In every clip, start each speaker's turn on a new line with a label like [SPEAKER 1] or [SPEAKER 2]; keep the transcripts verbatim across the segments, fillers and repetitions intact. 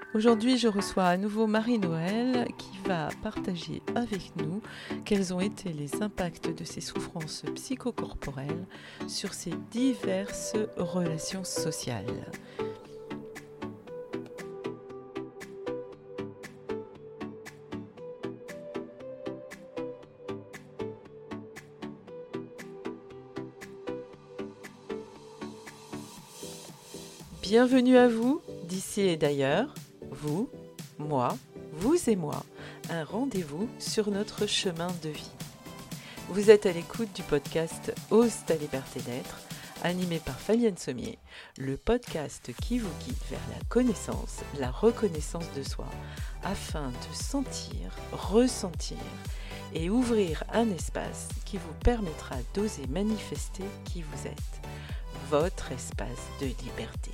[SPEAKER 1] Aujourd'hui, je reçois à nouveau Marie-Noëlle qui va partager avec nous quels ont été les impacts de ses souffrances psychocorporelles sur ses diverses relations sociales. Bienvenue à vous, d'ici et d'ailleurs, vous, moi, vous et moi, un rendez-vous sur notre chemin de vie. Vous êtes à l'écoute du podcast Ose ta liberté d'être, animé par Fabienne Sommier, le podcast qui vous guide vers la connaissance, la reconnaissance de soi, afin de sentir, ressentir et ouvrir un espace qui vous permettra d'oser manifester qui vous êtes, votre espace de liberté.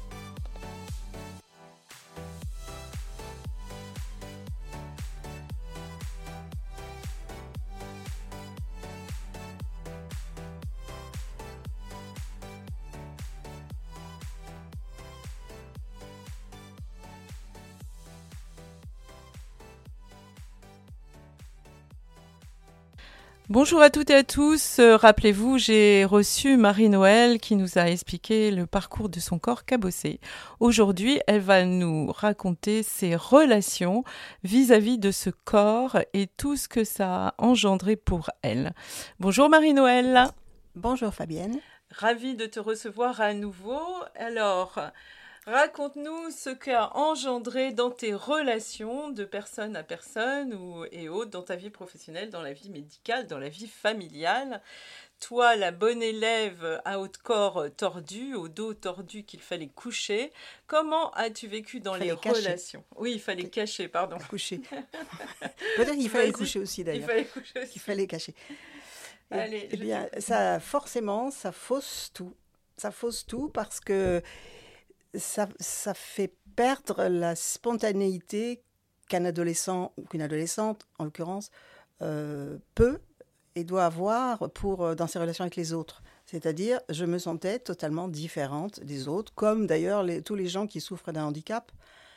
[SPEAKER 1] Bonjour à toutes et à tous. Euh, rappelez-vous, j'ai reçu Marie-Noëlle qui nous a expliqué le parcours de son corps cabossé. Aujourd'hui, elle va nous raconter ses relations vis-à-vis de ce corps et tout ce que ça a engendré pour elle. Bonjour Marie-Noëlle.
[SPEAKER 2] Bonjour Fabienne.
[SPEAKER 1] Ravie de te recevoir à nouveau. Alors, raconte-nous ce qu'a engendré dans tes relations de personne à personne ou, et autres, dans ta vie professionnelle, dans la vie médicale, dans la vie familiale. Toi, la bonne élève à haut de corps tordu, au dos tordu qu'il fallait coucher. Comment as-tu vécu dans les
[SPEAKER 2] cacher.
[SPEAKER 1] relations ? Oui, il fallait cacher, pardon.
[SPEAKER 2] Coucher. Peut-être qu'il fallait le coucher aussi d'ailleurs.
[SPEAKER 1] Il fallait coucher aussi.
[SPEAKER 2] Il fallait cacher. Et,
[SPEAKER 1] Allez,
[SPEAKER 2] eh bien, ça, forcément, ça fausse tout. Ça fausse tout parce que Ça, ça fait perdre la spontanéité qu'un adolescent ou qu'une adolescente, en l'occurrence, euh, peut et doit avoir pour, dans ses relations avec les autres. C'est-à-dire, je me sentais totalement différente des autres, comme d'ailleurs les, tous les gens qui souffrent d'un handicap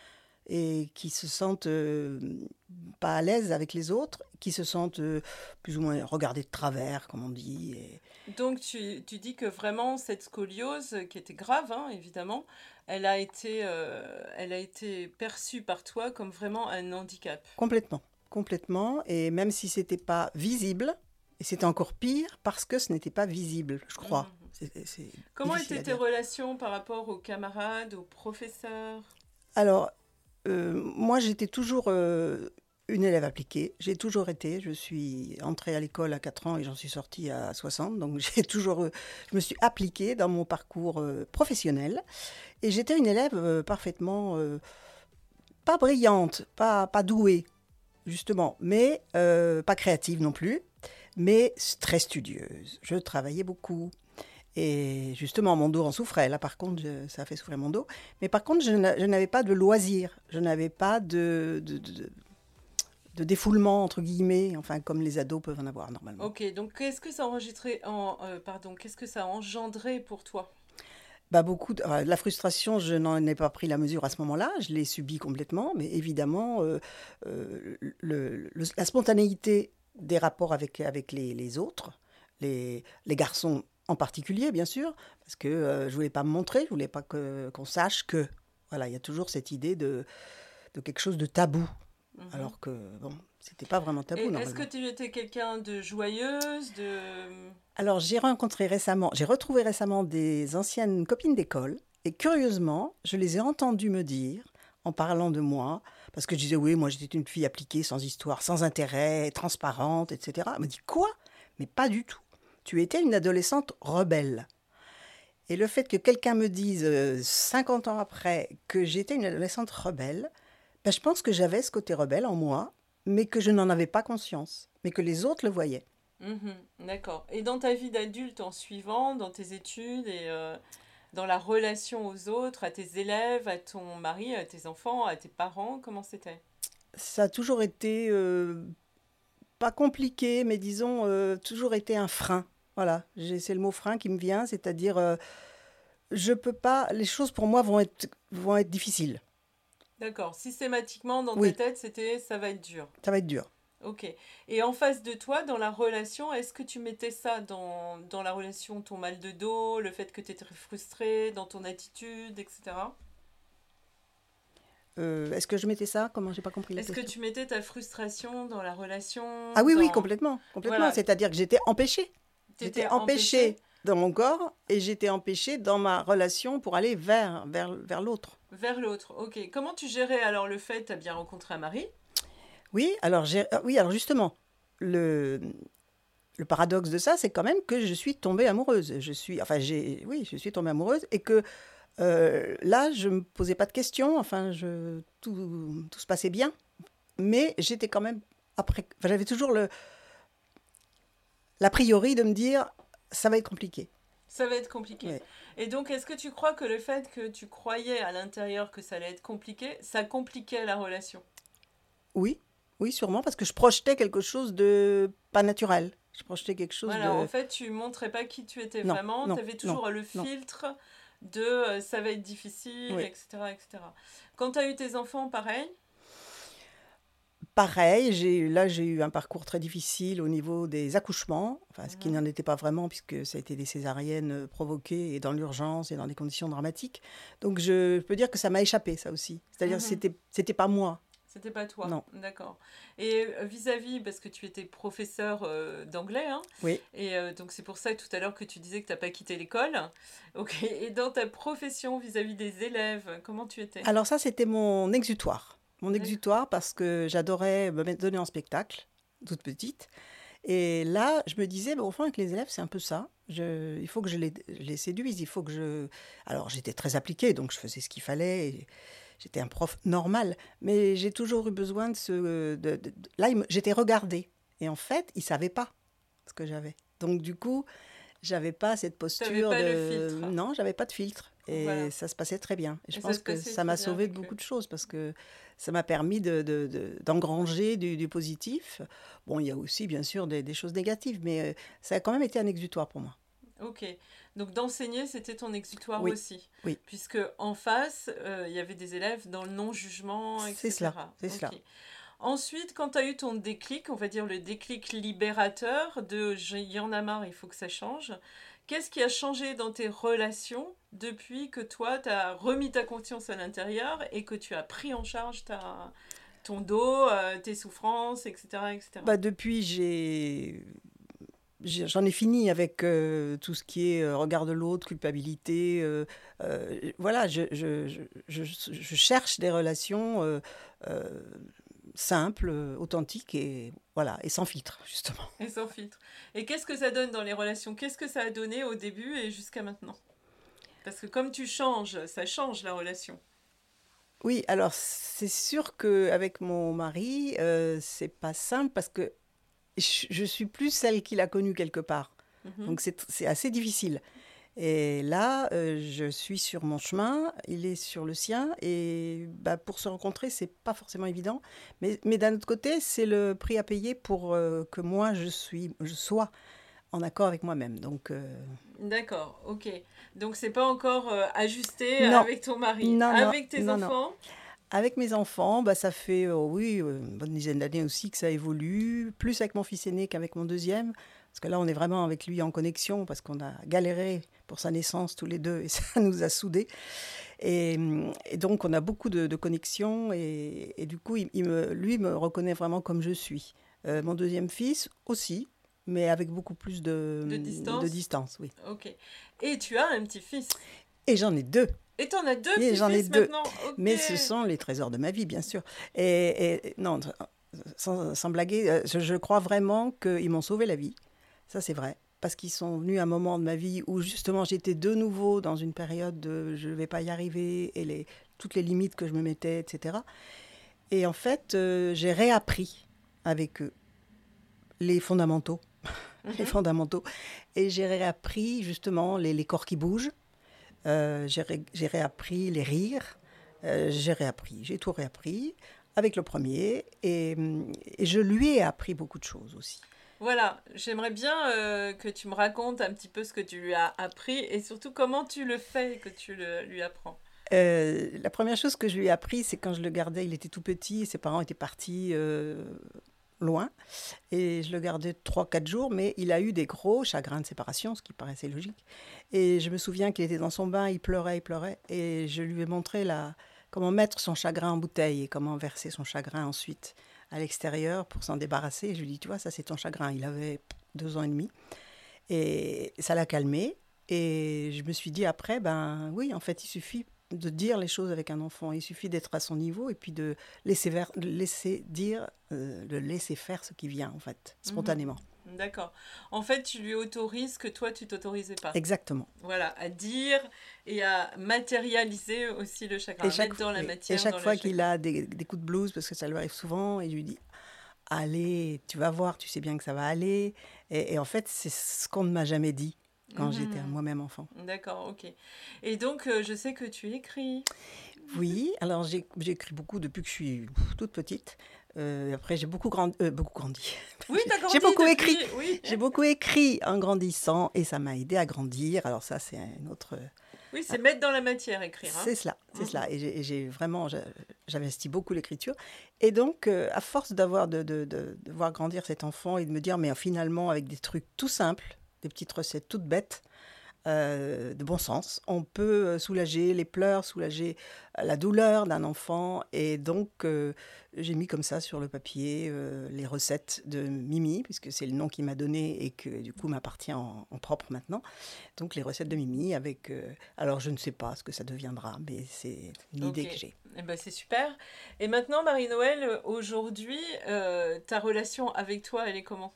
[SPEAKER 2] et qui se sentent euh, pas à l'aise avec les autres, qui se sentent euh, plus ou moins regardés de travers, comme on dit. Et...
[SPEAKER 1] Donc, tu, tu dis que vraiment, cette scoliose, qui était grave, hein, évidemment, elle a, été, euh, elle a été perçue par toi comme vraiment un handicap.
[SPEAKER 2] Complètement, complètement. Et même si ce n'était pas visible, et c'était encore pire parce que ce n'était pas visible, je crois. Mmh. C'est, c'est
[SPEAKER 1] Comment étaient tes relations par rapport aux camarades, aux professeurs ?
[SPEAKER 2] Alors, euh, moi, j'étais toujours euh, une élève appliquée. J'ai toujours été. Je suis entrée à l'école à quatre ans et j'en suis sortie à soixante. Donc, j'ai toujours, euh, je me suis appliquée dans mon parcours euh, professionnel. Et j'étais une élève euh, parfaitement, euh, pas brillante, pas, pas douée, justement, mais euh, pas créative non plus, mais très studieuse. Je travaillais beaucoup. Et justement, mon dos en souffrait. Là, par contre, je, ça a fait souffrir mon dos. Mais par contre, je, n'a, je n'avais pas de loisirs. Je n'avais pas de, de, de, de défoulement, entre guillemets, enfin, comme les ados peuvent en avoir normalement.
[SPEAKER 1] Ok, donc qu'est-ce que ça engendrait, en, euh, pardon, qu'est-ce que ça a engendré pour toi ?
[SPEAKER 2] Bah, beaucoup de, euh, la frustration, je n'en ai pas pris la mesure à ce moment-là. Je l'ai subie complètement. Mais évidemment, euh, euh, le, le, la spontanéité des rapports avec, avec les, les autres, les, les garçons en particulier, bien sûr, parce que euh, je ne voulais pas me montrer, je ne voulais pas que, qu'on sache que... Voilà, il y a toujours cette idée de, de quelque chose de tabou, mmh. alors que, bon, ce n'était pas vraiment tabou,
[SPEAKER 1] Et
[SPEAKER 2] normalement.
[SPEAKER 1] Est-ce que tu étais quelqu'un de joyeuse, de...
[SPEAKER 2] Alors, j'ai rencontré récemment, j'ai retrouvé récemment des anciennes copines d'école, et curieusement, je les ai entendues me dire, en parlant de moi, parce que je disais, oui, moi, j'étais une fille appliquée, sans histoire, sans intérêt, transparente, et cetera. Elle me dit, quoi ? Mais pas du tout. Tu étais une adolescente rebelle. Et le fait que quelqu'un me dise euh, cinquante ans après que j'étais une adolescente rebelle, ben, je pense que j'avais ce côté rebelle en moi, mais que je n'en avais pas conscience, mais que les autres le voyaient.
[SPEAKER 1] Mmh, d'accord. Et dans ta vie d'adulte en suivant, dans tes études et euh, dans la relation aux autres, à tes élèves, à ton mari, à tes enfants, à tes parents, comment c'était ?
[SPEAKER 2] Ça a toujours été, euh, pas compliqué, mais disons, euh, toujours été un frein. Voilà, j'ai, c'est le mot frein qui me vient, c'est-à-dire, euh, je peux pas, les choses pour moi vont être, vont être difficiles.
[SPEAKER 1] D'accord. Systématiquement, dans ta
[SPEAKER 2] Oui,
[SPEAKER 1] tête, c'était ça va être dur.
[SPEAKER 2] ça va être dur.
[SPEAKER 1] Ok. Et en face de toi, dans la relation, est-ce que tu mettais ça dans, dans la relation, ton mal de dos, le fait que tu étais frustrée, dans ton attitude, et cetera.
[SPEAKER 2] Euh, est-ce que je mettais ça? Comment? J'ai pas compris la
[SPEAKER 1] Est-ce que
[SPEAKER 2] question.
[SPEAKER 1] tu mettais ta frustration dans la relation,
[SPEAKER 2] Ah oui, oui,
[SPEAKER 1] dans...
[SPEAKER 2] complètement, complètement.
[SPEAKER 1] Voilà,
[SPEAKER 2] C'est-à-dire que j'étais empêchée. J'étais
[SPEAKER 1] t'étais
[SPEAKER 2] empêchée
[SPEAKER 1] empêchée
[SPEAKER 2] dans mon corps et j'étais empêchée dans ma relation pour aller vers, vers, vers l'autre.
[SPEAKER 1] vers l'autre. Ok. Comment tu gérais alors le fait, tu as bien rencontré un mari?
[SPEAKER 2] Oui, alors, j'ai, ah oui, alors justement, le, le paradoxe de ça, c'est quand même que je suis tombée amoureuse. Je suis, enfin, j'ai, oui, je suis tombée amoureuse et que euh, là, je me posais pas de questions. Enfin, je, tout, tout se passait bien, mais j'étais quand même après. Enfin, j'avais toujours le, l'a priori de me dire, ça va être compliqué.
[SPEAKER 1] Ça va être compliqué.
[SPEAKER 2] Ouais.
[SPEAKER 1] Et donc, est-ce que tu crois que le fait que tu croyais à l'intérieur que ça allait être compliqué, ça compliquait la relation?
[SPEAKER 2] Oui, oui, sûrement, parce que je projetais quelque chose de pas naturel. Je projetais quelque chose
[SPEAKER 1] Voilà, en
[SPEAKER 2] de...
[SPEAKER 1] fait, tu montrais pas qui tu étais
[SPEAKER 2] Non,
[SPEAKER 1] vraiment, tu
[SPEAKER 2] non,
[SPEAKER 1] avais
[SPEAKER 2] non,
[SPEAKER 1] toujours le
[SPEAKER 2] non.
[SPEAKER 1] filtre de euh, ça va être difficile,
[SPEAKER 2] Oui.
[SPEAKER 1] et cetera, et cetera. Quand tu as eu tes enfants, pareil?
[SPEAKER 2] Pareil, j'ai, là, j'ai eu un parcours très difficile au niveau des accouchements, enfin, ce qui
[SPEAKER 1] Mhm,
[SPEAKER 2] n'en était pas vraiment, puisque ça a été des césariennes euh, provoquées et dans l'urgence et dans des conditions dramatiques. Donc, je peux dire que ça m'a échappé, ça aussi. C'est-à-dire que
[SPEAKER 1] mhm.
[SPEAKER 2] c'était, c'était pas moi.
[SPEAKER 1] C'était pas toi,
[SPEAKER 2] Non.
[SPEAKER 1] d'accord. Et euh, vis-à-vis, parce que tu étais professeur euh, d'anglais, hein,
[SPEAKER 2] Oui.
[SPEAKER 1] et euh, donc c'est pour ça tout à l'heure que tu disais que tu n'as pas quitté l'école. Ok. Et dans ta profession vis-à-vis des élèves, comment tu étais?
[SPEAKER 2] Alors ça, c'était mon exutoire. Mon
[SPEAKER 1] D'accord.
[SPEAKER 2] exutoire parce que j'adorais me mettre- donner en spectacle, toute petite. Et là, je me disais, bah, au fond, avec les élèves, c'est un peu ça. Je, il faut que je les, je les séduise, il faut que je... Alors, j'étais très appliquée, donc je faisais ce qu'il fallait. Et j'étais un prof normal, mais j'ai toujours eu besoin de ce... de- de- de- là, il me- j'étais regardée. Et en fait, ils ne savaient pas ce que j'avais. Donc, du coup, j'avais pas cette
[SPEAKER 1] T'avais
[SPEAKER 2] posture
[SPEAKER 1] pas le
[SPEAKER 2] de...
[SPEAKER 1] filtre.
[SPEAKER 2] Non, j'avais pas de filtre. Et
[SPEAKER 1] Voilà.
[SPEAKER 2] ça se passait très bien. Et je
[SPEAKER 1] Et ça
[SPEAKER 2] pense
[SPEAKER 1] se
[SPEAKER 2] que
[SPEAKER 1] passait
[SPEAKER 2] ça
[SPEAKER 1] très
[SPEAKER 2] m'a
[SPEAKER 1] bien
[SPEAKER 2] sauvé de
[SPEAKER 1] avec eux.
[SPEAKER 2] beaucoup de choses parce que ça m'a permis de, de- de- d'engranger du, du positif. Bon, il y a aussi, bien sûr, des, des choses négatives, mais euh, ça a quand même été un exutoire pour moi.
[SPEAKER 1] Ok. Donc d'enseigner, c'était ton exutoire
[SPEAKER 2] Oui,
[SPEAKER 1] aussi.
[SPEAKER 2] oui,
[SPEAKER 1] Puisque en face, euh, il y avait des élèves dans le non-jugement,
[SPEAKER 2] c'est cela,
[SPEAKER 1] et cetera.
[SPEAKER 2] c'est
[SPEAKER 1] Ok.
[SPEAKER 2] cela.
[SPEAKER 1] Ensuite, quand tu as eu ton déclic, on va dire le déclic libérateur de il y en a marre, il faut que ça change, qu'est-ce qui a changé dans tes relations depuis que toi, tu as remis ta conscience à l'intérieur et que tu as pris en charge ta, ton dos, euh, tes souffrances, et cetera, et cetera.
[SPEAKER 2] Bah, depuis, j'ai j'ai- j'en ai fini avec euh, tout ce qui est euh, regard de l'autre, culpabilité. Euh, euh, voilà, je, je, je, je- je cherche des relations euh, euh, simples, euh, authentiques et, voilà, et sans filtre, justement.
[SPEAKER 1] Et sans filtre. Et qu'est-ce que ça donne dans les relations? Qu'est-ce que ça a donné au début et jusqu'à maintenant? Parce que comme tu changes, ça change la relation.
[SPEAKER 2] Oui, alors c'est sûr qu'avec mon mari, euh, c'est pas simple parce que je, je suis plus celle qu'il a connue quelque part.
[SPEAKER 1] Mhm.
[SPEAKER 2] Donc c'est c'est assez difficile. Et là, euh, je suis sur mon chemin, il est sur le sien, et bah, pour se rencontrer, c'est pas forcément évident. Mais, mais d'un autre côté, c'est le prix à payer pour euh, que moi, je, suis, je sois en accord avec moi-même. Donc, euh,
[SPEAKER 1] D'accord, ok. Donc c'est pas encore euh, ajusté
[SPEAKER 2] non,
[SPEAKER 1] avec ton mari.
[SPEAKER 2] non, non,
[SPEAKER 1] Avec tes
[SPEAKER 2] non, non.
[SPEAKER 1] enfants?
[SPEAKER 2] Avec mes enfants, bah, ça fait, euh, oui, euh, une bonne dizaine d'années aussi que ça évolue, plus avec mon fils aîné qu'avec mon deuxième, parce que là, on est vraiment avec lui en connexion, parce qu'on a galéré pour sa naissance tous les deux, et ça nous a soudés. Et, et donc, on a beaucoup de, de connexions, et, et du coup, il, il me, lui me reconnaît vraiment comme je suis. Euh, mon deuxième fils aussi, mais avec beaucoup plus de,
[SPEAKER 1] De
[SPEAKER 2] de
[SPEAKER 1] distance?
[SPEAKER 2] distance, oui.
[SPEAKER 1] Ok. Et tu as un petit-fils.
[SPEAKER 2] Et j'en ai deux.
[SPEAKER 1] Et t'en as deux
[SPEAKER 2] Et j'en ai
[SPEAKER 1] petits-fils
[SPEAKER 2] deux.
[SPEAKER 1] maintenant? Ok.
[SPEAKER 2] Mais ce sont les trésors de ma vie, bien sûr. Et, et non, sans, sans blaguer, euh, je, je crois vraiment qu'ils m'ont sauvé la vie. Ça, c'est vrai. Parce qu'ils sont venus à un moment de ma vie où justement j'étais de nouveau dans une période de je ne vais pas y arriver et les, toutes les limites que je me mettais, et cetera. Et en fait, euh, j'ai réappris avec eux les fondamentaux. Les
[SPEAKER 1] Mhm.
[SPEAKER 2] fondamentaux. Et j'ai réappris justement les, les corps qui bougent. Euh, j'ai, ré, j'ai réappris les rires. Euh, j'ai réappris, j'ai tout réappris avec le premier. Et, et je lui ai appris beaucoup de choses aussi.
[SPEAKER 1] Voilà, j'aimerais bien euh, que tu me racontes un petit peu ce que tu lui as appris et surtout comment tu le fais que tu le, lui apprends.
[SPEAKER 2] Euh, la première chose que je lui ai appris, c'est quand je le gardais, il était tout petit, ses parents étaient partis euh, loin, et je le gardais trois quatre jours, mais il a eu des gros chagrins de séparation, ce qui paraissait logique. Et je me souviens qu'il était dans son bain, il pleurait, il pleurait, et je lui ai montré la, comment mettre son chagrin en bouteille et comment verser son chagrin ensuite à l'extérieur pour s'en débarrasser. Et je lui ai dit, tu vois, ça c'est ton chagrin. Il avait deux ans et demi, et ça l'a calmé. Et je me suis dit après, ben oui, en fait, il suffit de dire les choses avec un enfant. Il suffit d'être à son niveau et puis de laisser, ver- de laisser dire, euh, de laisser faire ce qui vient, en fait, spontanément.
[SPEAKER 1] Mmh. D'accord. En fait, tu lui autorises que toi, tu t'autorisais pas.
[SPEAKER 2] Exactement.
[SPEAKER 1] Voilà, à dire et à matérialiser aussi le chagrin,
[SPEAKER 2] Et chaque,
[SPEAKER 1] mettre dans la
[SPEAKER 2] et-
[SPEAKER 1] matière.
[SPEAKER 2] et chaque
[SPEAKER 1] dans
[SPEAKER 2] fois
[SPEAKER 1] le
[SPEAKER 2] qu'il
[SPEAKER 1] chagrin.
[SPEAKER 2] a des, des coups de blues, parce que ça lui arrive souvent, et je lui dis, allez, tu vas voir, tu sais bien que ça va aller. Et, et en fait, c'est ce qu'on ne m'a jamais dit quand j'étais
[SPEAKER 1] Mhm.
[SPEAKER 2] moi-même enfant.
[SPEAKER 1] D'accord, ok. Et donc, euh, je sais que tu écris.
[SPEAKER 2] Oui, alors j'ai j'ai écrit beaucoup depuis que je suis toute petite. Euh, après, j'ai beaucoup, grandi, euh, beaucoup grandi.
[SPEAKER 1] Oui, t'as grandi
[SPEAKER 2] J'ai beaucoup
[SPEAKER 1] depuis,
[SPEAKER 2] écrit.
[SPEAKER 1] oui.
[SPEAKER 2] J'ai beaucoup écrit en grandissant et ça m'a aidé à grandir. Alors ça, c'est un autre...
[SPEAKER 1] Oui, c'est mettre dans la matière, écrire. Hein.
[SPEAKER 2] C'est cela, c'est
[SPEAKER 1] Mhm.
[SPEAKER 2] cela. Et j'ai et j'ai vraiment... j'a- J'investis beaucoup l'écriture. Et donc, euh, à force d'avoir de, de, de, de voir grandir cet enfant et de me dire, mais finalement, avec des trucs tout simples, des petites recettes toutes bêtes, euh, de bon sens, on peut euh, soulager les pleurs, soulager euh, la douleur d'un enfant. Et donc, euh, j'ai mis comme ça sur le papier euh, les recettes de Mimi, puisque c'est le nom qu'il m'a donné et que du coup m'appartient en, en propre maintenant. Donc, les recettes de Mimi avec... euh, alors, je ne sais pas ce que ça deviendra, mais c'est une idée
[SPEAKER 1] Ok.
[SPEAKER 2] que j'ai.
[SPEAKER 1] Eh ben, c'est super. Et maintenant, Marie-Noël, aujourd'hui, euh, ta relation avec toi, elle est comment?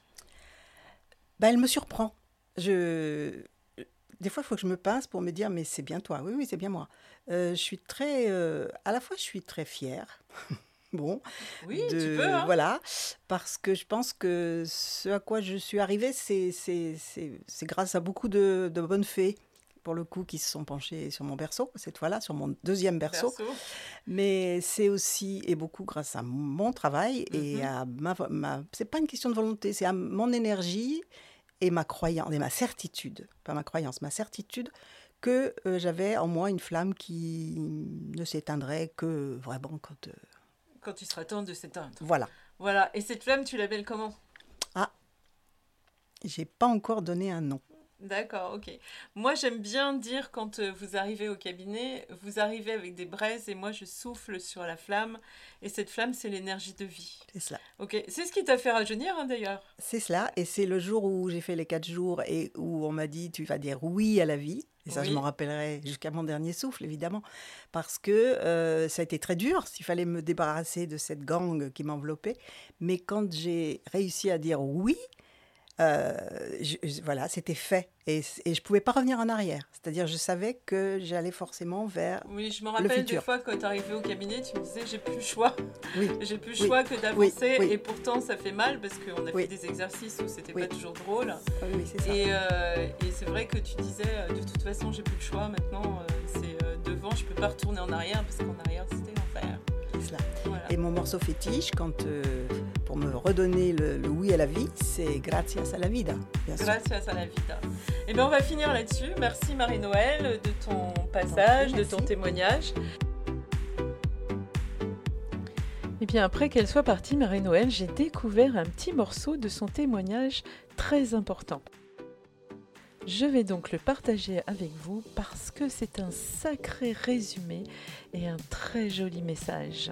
[SPEAKER 2] Ben, elle me surprend. Je... Des fois, il faut que je me pince pour me dire, mais c'est bien toi. Oui, oui, c'est bien moi. Euh, je suis très... euh, À la fois, je suis très fière. Bon,
[SPEAKER 1] Oui, tu
[SPEAKER 2] de
[SPEAKER 1] peux, hein?
[SPEAKER 2] voilà, parce que je pense que ce à quoi je suis arrivée, c'est c'est c'est c'est grâce à beaucoup de, de bonnes fées, pour le coup, qui se sont penchées sur mon berceau, cette fois-là, sur mon deuxième berceau.
[SPEAKER 1] Berceau.
[SPEAKER 2] Mais c'est aussi, et beaucoup grâce à mon travail et
[SPEAKER 1] Mhm.
[SPEAKER 2] à ma... ma c'est pas une question de volonté, c'est à mon énergie et ma croyance, et ma certitude, pas ma croyance, ma certitude que euh, j'avais en moi une flamme qui ne s'éteindrait que vraiment quand... euh,
[SPEAKER 1] Quand tu seras temps de s'éteindre.
[SPEAKER 2] voilà.
[SPEAKER 1] Voilà. Et cette flamme, tu l'appelles comment?
[SPEAKER 2] Ah, j'ai pas encore donné un nom.
[SPEAKER 1] D'accord, ok. Moi, j'aime bien dire quand euh, vous arrivez au cabinet, vous arrivez avec des braises et moi, je souffle sur la flamme. Et cette flamme, c'est l'énergie de vie.
[SPEAKER 2] C'est cela.
[SPEAKER 1] Ok, c'est ce qui t'a fait rajeunir, hein, d'ailleurs.
[SPEAKER 2] C'est cela. Et c'est le jour où j'ai fait les quatre jours et où on m'a dit, tu vas dire oui à la vie. Et ça, je
[SPEAKER 1] Oui.
[SPEAKER 2] m'en rappellerai jusqu'à mon dernier souffle, évidemment. Parce que euh, ça a été très dur, s'il fallait me débarrasser de cette gangue qui m'enveloppait. Mais quand j'ai réussi à dire oui, euh, je- je- voilà, c'était fait. Et, et je ne pouvais pas revenir en arrière. C'est-à-dire, je savais que j'allais forcément vers
[SPEAKER 1] Oui, je me
[SPEAKER 2] le
[SPEAKER 1] rappelle des
[SPEAKER 2] futur.
[SPEAKER 1] fois quand t'arrivais au cabinet, tu me disais j'ai plus le choix,
[SPEAKER 2] Oui,
[SPEAKER 1] j'ai plus le
[SPEAKER 2] Oui.
[SPEAKER 1] choix que d'avancer
[SPEAKER 2] Oui, oui.
[SPEAKER 1] et pourtant ça fait mal parce qu'on a
[SPEAKER 2] Oui.
[SPEAKER 1] fait des exercices où c'était
[SPEAKER 2] Oui.
[SPEAKER 1] pas toujours drôle
[SPEAKER 2] oui, oui, c'est ça.
[SPEAKER 1] et, euh, et c'est vrai que tu disais euh, de toute façon j'ai plus le choix maintenant, euh, c'est euh, devant, je peux pas retourner en arrière parce qu'en arrière c'était l'enfer.
[SPEAKER 2] C'est cela.
[SPEAKER 1] Voilà.
[SPEAKER 2] Et mon morceau fétiche, quand, euh, pour me redonner le, le oui à la vie, c'est Gracias a la vida, bien sûr.
[SPEAKER 1] Gracias à la vida. Et bien on va finir là-dessus. Merci Marie-Noël de ton passage, de ton
[SPEAKER 2] Merci.
[SPEAKER 1] témoignage. Et bien après qu'elle soit partie, Marie-Noël, j'ai découvert un petit morceau de son témoignage très important. Je vais donc le partager avec vous parce que c'est un sacré résumé et un très joli message.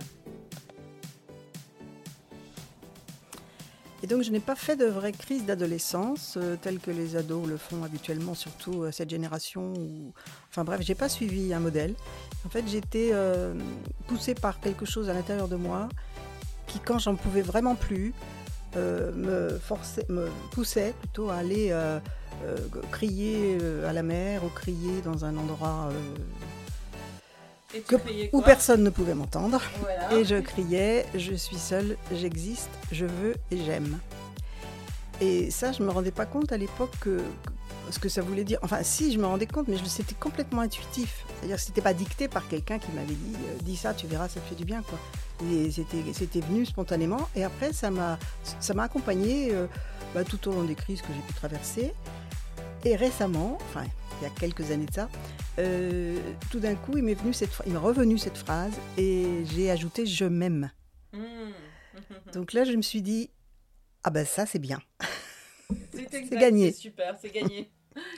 [SPEAKER 2] Et donc, je n'ai pas fait de vraie crise d'adolescence, euh, telle que les ados le font habituellement, surtout euh, cette génération. Où... Enfin bref, j'ai pas suivi un modèle. En fait, j'étais euh, poussée par quelque chose à l'intérieur de moi qui, quand j'en pouvais vraiment plus, euh, me forçait, me poussait plutôt à aller euh, euh, crier euh, à la mer ou crier dans un endroit euh,
[SPEAKER 1] Et tu
[SPEAKER 2] que-
[SPEAKER 1] criais
[SPEAKER 2] où
[SPEAKER 1] quoi?
[SPEAKER 2] personne ne pouvait m'entendre.
[SPEAKER 1] Voilà.
[SPEAKER 2] Et je criais, je suis seule, j'existe, je veux et j'aime. Et ça, je ne me rendais pas compte à l'époque que, que- ce que ça voulait dire. Enfin, si, je me rendais compte, mais je- c'était complètement intuitif. C'est-à-dire que ce n'était pas dicté par quelqu'un qui m'avait dit euh, « dis ça, tu verras, ça te fait du bien ». Quoi. Et c'était, c'était venu spontanément. Et après, ça m'a, ça m'a accompagnée euh, bah, tout au long des crises que j'ai pu traverser. Et récemment, enfin, il y a quelques années de ça, euh, tout d'un coup, il m'est venu cette, il m'est revenu cette phrase et j'ai ajouté « je m'aime ». Donc là, je me suis dit « ah ben ça, c'est bien ».
[SPEAKER 1] C'est, exact,
[SPEAKER 2] c'est gagné.
[SPEAKER 1] C'est super, c'est gagné.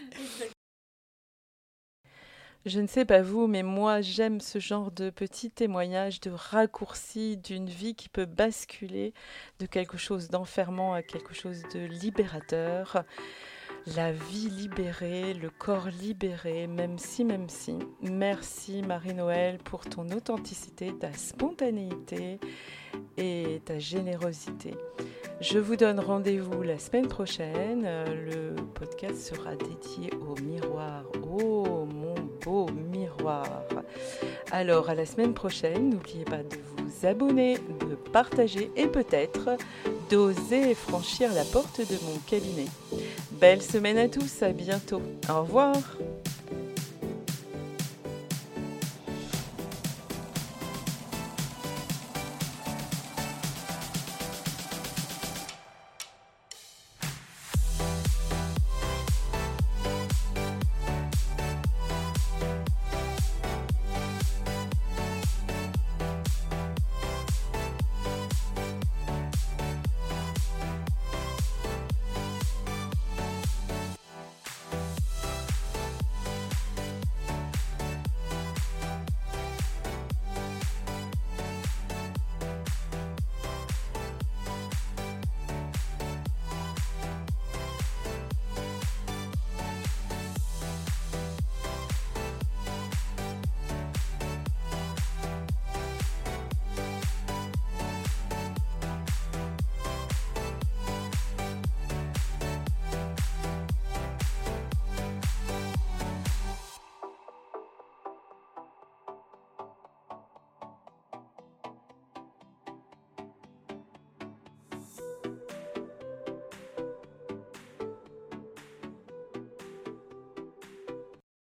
[SPEAKER 1] Je ne sais pas vous, mais moi j'aime ce genre de petits témoignages, de raccourcis d'une vie qui peut basculer de quelque chose d'enfermant à quelque chose de libérateur. La vie libérée, le corps libéré, même si, même si. Merci Marie-Noëlle pour ton authenticité, ta spontanéité et ta générosité. Je vous donne rendez-vous la semaine prochaine. Le podcast sera dédié au miroir. Oh, mon beau miroir. Alors, à la semaine prochaine. N'oubliez pas de vous abonner, de partager et peut-être d'oser franchir la porte de mon cabinet. Belle semaine à tous, à bientôt. Au revoir.